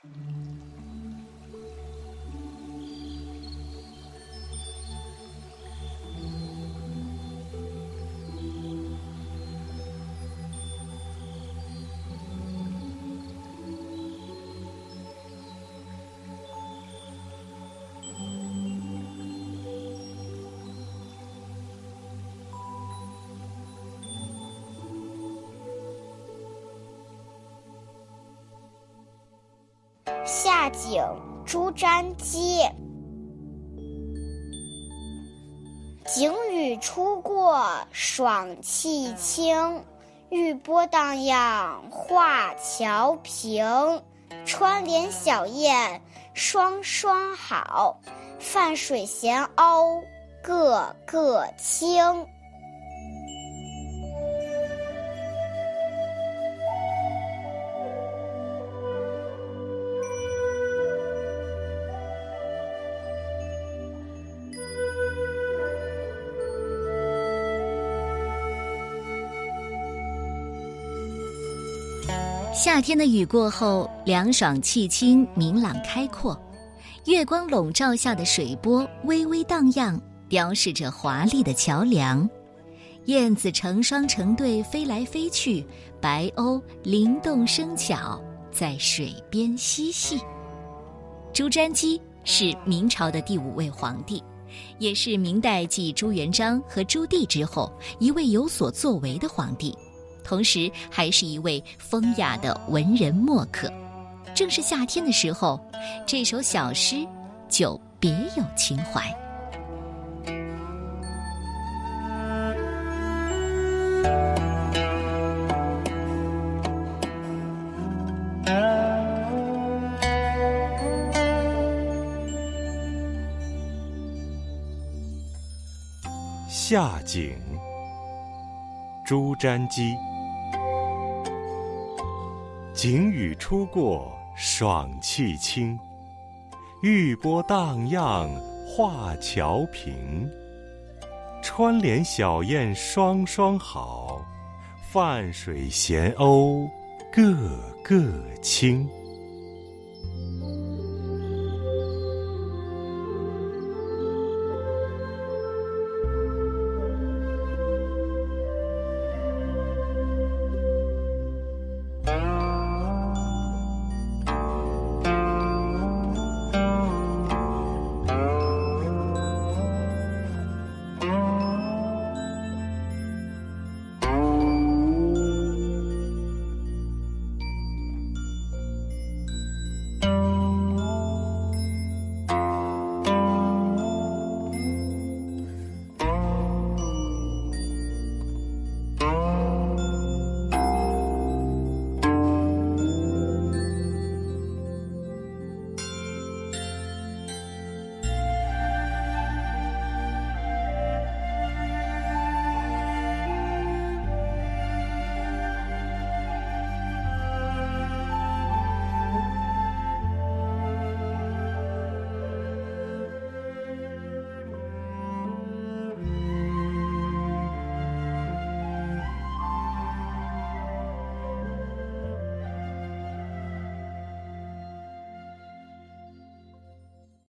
夏景朱瞻基。景宇初过，爽气清。玉波荡漾，画桥平。穿帘小燕，双双好。泛水咸鸥，个个清。 夏天的雨过后，凉爽气清，明朗开阔。月光笼罩下的水波微微荡漾，雕饰着华丽的桥梁。燕子成双成对飞来飞去，白鸥灵动生巧，在水边嬉戏。朱瞻基是明朝的第5位皇帝，也是明代继朱元璋和朱棣之后一位有所作为的皇帝，同时还是一位风雅的文人墨客。正是夏天的时候，这首小诗就别有情怀。 夏景，朱瞻基。景宇初过，爽气清。玉波荡漾，画桥平。穿帘小燕双双好，泛水咸鸥，个个清。